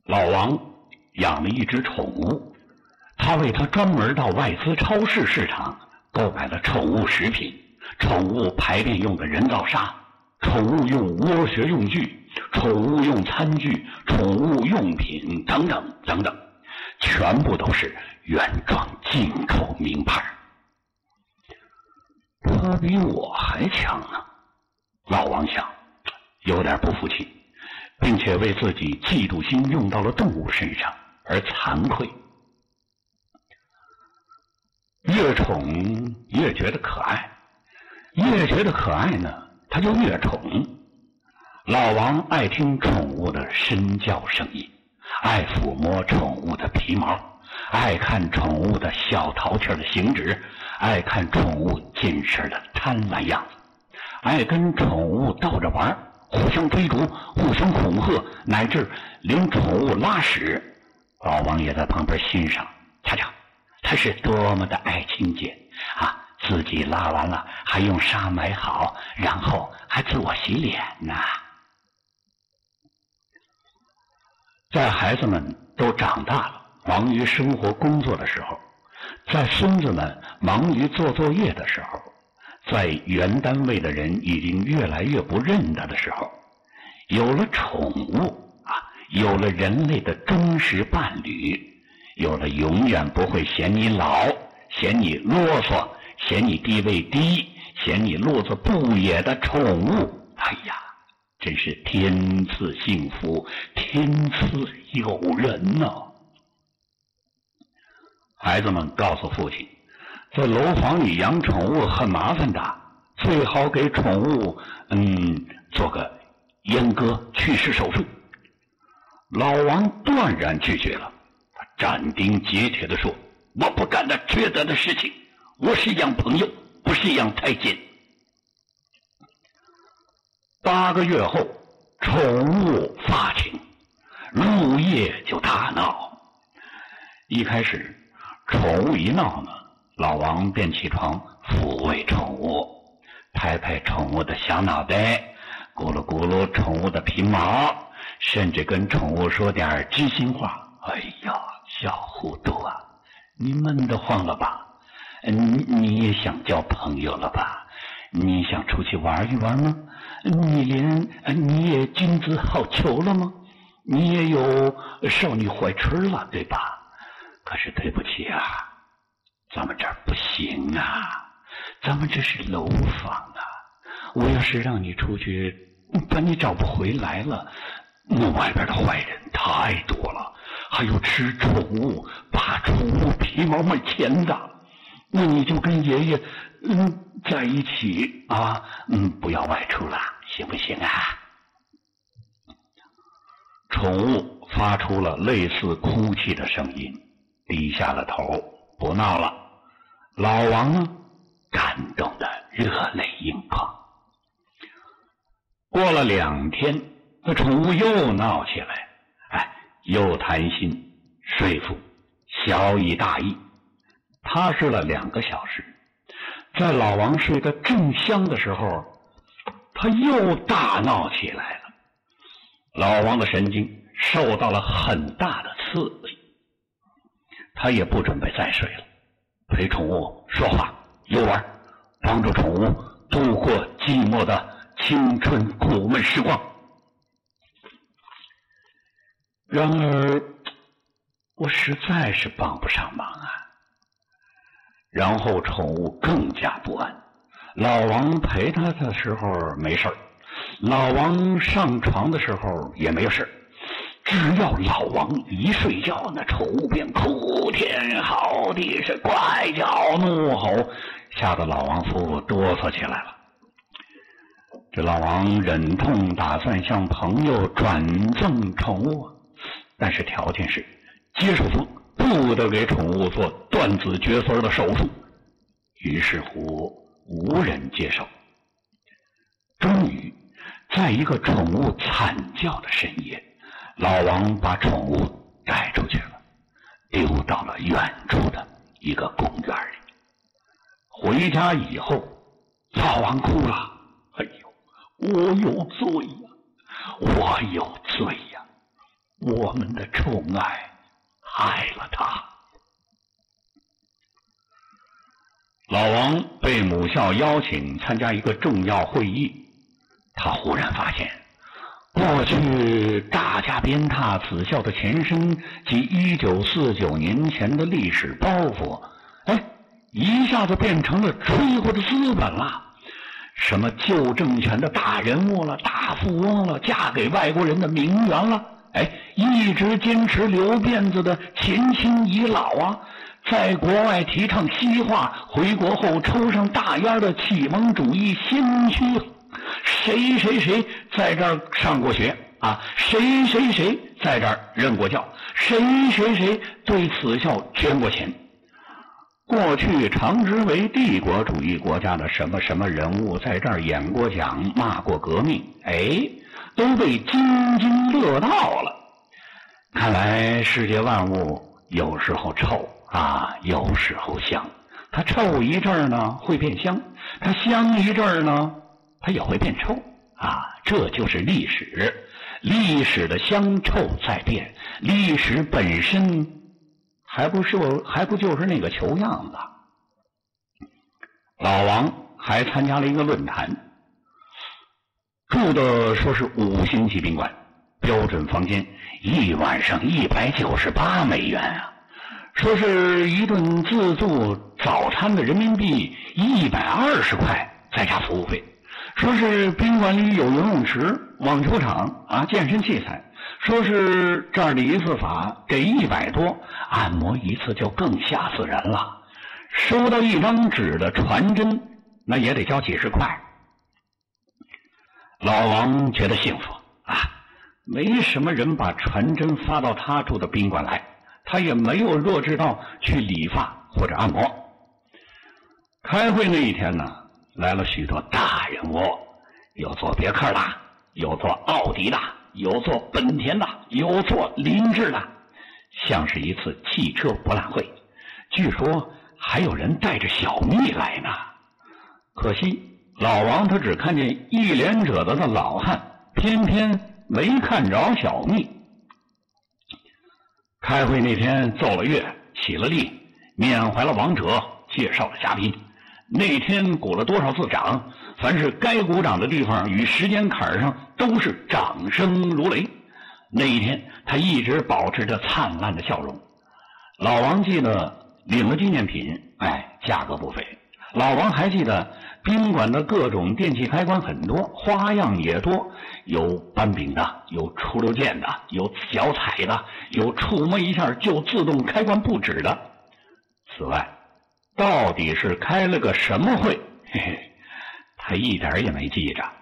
老王养了一只宠物，他为它专门到外资超市市场购买了宠物食品、宠物排便用的人造沙、宠物用窝穴用具、宠物用餐具、宠物用品等等等等，全部都是原装进口名牌。他比我还强呢，老王想，有点不服气，并且为自己嫉妒心用到了动物身上而惭愧。越宠越觉得可爱，越觉得可爱呢，他就越宠。老王爱听宠物的身叫声音，爱抚摸宠物的皮毛，爱看宠物的小淘气的行止，爱看宠物近视的贪婪样子，爱跟宠物逗着玩，互相追逐，互相恐吓，乃至连宠物拉屎，老王也在旁边欣赏。瞧瞧，他是多么的爱清洁啊！自己拉完了还用沙埋好，然后还自我洗脸呢。在孩子们都长大了，忙于生活工作的时候，在孙子们忙于做作业的时候，在原单位的人已经越来越不认得的时候，有了宠物啊，有了人类的忠实伴侣，有了永远不会嫌你老、嫌你啰嗦、嫌你地位低、嫌你路子不野的宠物，哎呀，真是天赐幸福，天赐友人呐！孩子们告诉父亲，在楼房里养宠物很麻烦的，最好给宠物做个阉割去势手术。老王断然拒绝了，他斩钉截铁地说，我不干那缺德的事情，我是养朋友，不是养太监。8个月后，宠物发情，入夜就大闹。一开始宠物一闹呢，老王便起床抚慰宠物，拍拍宠物的小脑袋，咕噜咕噜宠物的皮毛，甚至跟宠物说点知心话。哎呀，小糊涂啊，你闷得慌了吧？你也想交朋友了吧？你想出去玩一玩吗？你也君子好逑了吗？你也有少女怀春了，对吧？可是对不起啊，咱们这儿不行啊，咱们这是楼房啊，我要是让你出去，把你找不回来了，那外边的坏人太多了，还有吃宠物、把宠物皮毛卖钱的，那你就跟爷爷在一起啊，不要外出了，行不行啊？宠物发出了类似哭泣的声音，低下了头，不闹了。老王呢，感动得热泪盈眶。过了2天，那宠物又闹起来，又贪心睡腹，小以大意，踏实了2个小时。在老王睡得正香的时候，他又大闹起来了。老王的神经受到了很大的刺激，他也不准备再睡了，陪宠物说话游玩，帮助宠物度过寂寞的青春苦闷时光。然而我实在是帮不上忙啊。然后宠物更加不安，老王陪他的时候没事儿，老王上床的时候也没有事儿，只要老王一睡觉，那宠物便哭天嚎地，是怪叫怒吼，吓得老王夫妇哆嗦起来了。这老王忍痛打算向朋友转赠宠物，但是条件是接受方不得给宠物做断子绝孙的手术，于是乎无人接受。终于在一个宠物惨叫的深夜，老王把宠物带出去了，丢到了远处的一个公园里。回家以后，老王哭了，哎呦，我有罪呀，我有罪呀！ 我们的宠爱害了他。老王被母校邀请参加一个重要会议，他忽然发现，过去大家鞭挞此校的前身及1949年前的历史包袱，一下子变成了吹过的资本了。什么旧政权的大人物了，大富翁了，嫁给外国人的名媛了，一直坚持留辫子的前清遗老啊，在国外提倡西化，回国后抽上大烟的启蒙主义先驱，谁谁谁在这儿上过学啊，谁谁谁在这儿任过教，谁谁谁对此校捐过钱。过去常之为帝国主义国家的什么什么人物在这儿演过讲，骂过革命，都被津津乐道了。看来世界万物有时候臭啊，有时候香。它臭一阵儿呢会变香，它香一阵儿呢它也会变臭啊，这就是历史。历史的香臭在变，历史本身还不就是那个球样子。老王还参加了一个论坛，住的说是5星级宾馆，标准房间，1晚上198美元啊，说是一顿自助早餐的人民币120块，再加服务费。说是宾馆里有游泳池、网球场啊，健身器材。说是这儿的一次法给100多，按摩一次就更吓死人了。收到一张纸的传真，那也得交几十块。老王觉得幸福啊，没什么人把传真发到他住的宾馆来，他也没有弱智到去理发或者按摩。开会那一天呢，来了许多大人物，有做别克的，有做奥迪的，有做本田的，有做凌志的，像是一次汽车博览会。据说还有人带着小蜜来呢。可惜老王他只看见一脸褶子的老汉，偏偏没看着小蜜。开会那天奏了乐，起了立，缅怀了亡者，介绍了嘉宾。那天鼓了多少次掌，凡是该鼓掌的地方与时间坎上都是掌声如雷。那一天他一直保持着灿烂的笑容。老王记得领了纪念品，价格不菲。老王还记得宾馆的各种电器开关很多，花样也多，有扳柄的，有出溜键的，有脚踩的，有触摸一下就自动开关不止的。此外，到底是开了个什么会，他一点也没记着。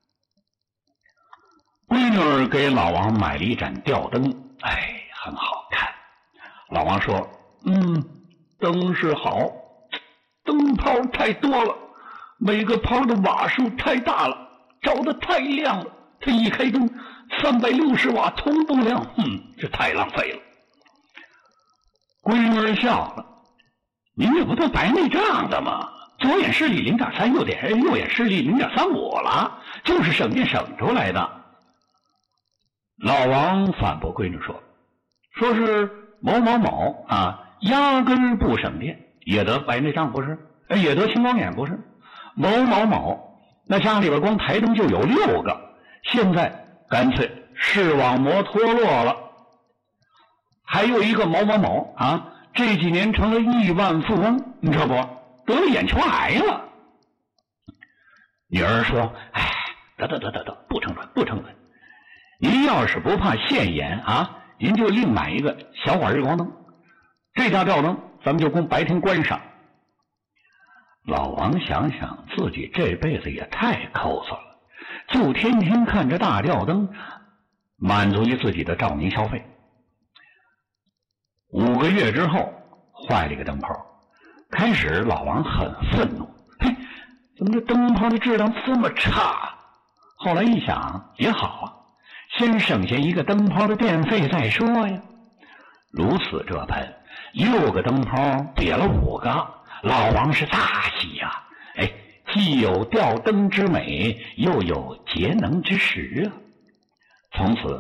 闺女给老王买了一盏吊灯，很好看。老王说，灯是好，灯泡太多了，每个泡的瓦数太大了，照得太亮了，它一开灯360瓦通通亮，这太浪费了。闺女笑了，您这不都白内障的吗？左眼视力0.3，右眼视力0.35了，就是省电省出来的。老王反驳闺女说是某某某啊，压根不省电，也得白内障不是？也得青光眼不是？某某某那家里边光台灯就有6个，现在干脆视网膜脱落了。还有一个某某某啊，这几年成了亿万富翁，你知道不？得了眼球癌了。女儿说，得，不争论。您要是不怕现眼啊，您就另买一个小管日光灯，这家吊灯咱们就供白天观赏。老王想想自己这辈子也太抠搜了，就天天看着大吊灯，满足于自己的照明消费。5个月之后坏了一个灯泡，开始老王很愤怒，怎么这灯泡的质量这么差？后来一想也好啊，先省下一个灯泡的电费再说呀。如此这般，6个灯泡瘪了5个，老王是大喜呀！既有吊灯之美，又有节能之实啊。从此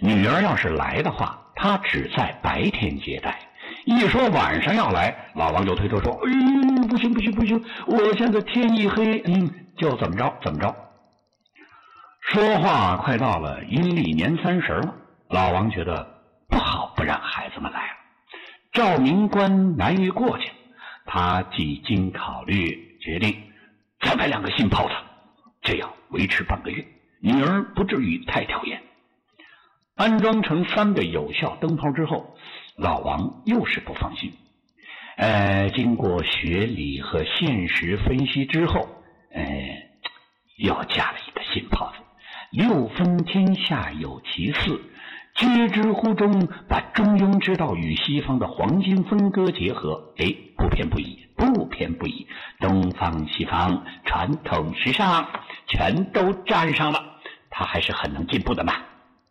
女儿要是来的话，他只在白天接待，一说晚上要来，老王就推脱说：“不行，我现在天一黑，就怎么着怎么着。”说话快到了阴历年30了，老王觉得不好不让孩子们来了，照明关难于过去，他几经考虑，决定再买2个新炮子，这样维持半个月，女儿不至于太讨厌。安装成3个有效灯泡之后，老王又是不放心。经过学理和现实分析之后，又加了一个新炮子，6分天下有其4，皆知乎中把中庸之道与西方的黄金分割结合，不偏不倚，东方西方传统时尚全都沾上了，他还是很能进步的嘛。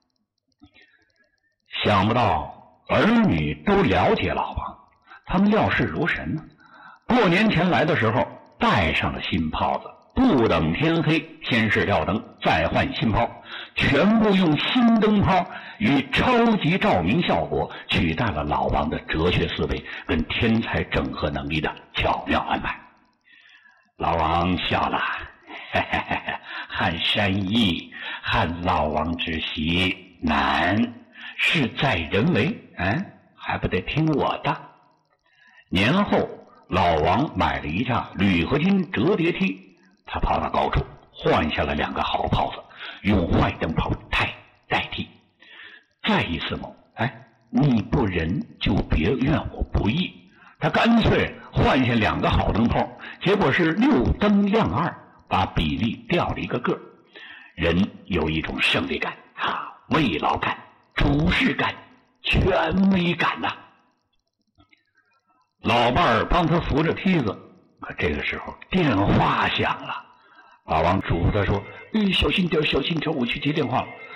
想不到儿女都了解老王，他们料事如神呢。过年前来的时候带上了新炮子，不等天黑，先是吊灯，再换新炮，全部用新灯泡与超级照明效果取代了老王的哲学思维跟天才整合能力的巧妙安排。老王笑了，汉山义，汉老王之喜，难事在人为，还不得听我的。年后老王买了一架铝合金折叠梯，他跑到高处换下了2个好炮子，用坏灯泡代替。再一次谋，你不仁就别怨我不义，他干脆换下2个好灯泡，结果是6灯亮2，把比例调了一个个。人有一种胜利感慰劳感、主事感、权威感呐。老伴儿帮他扶着梯子，可这个时候电话响了，老王嘱咐他说：“小心点，我去接电话了。”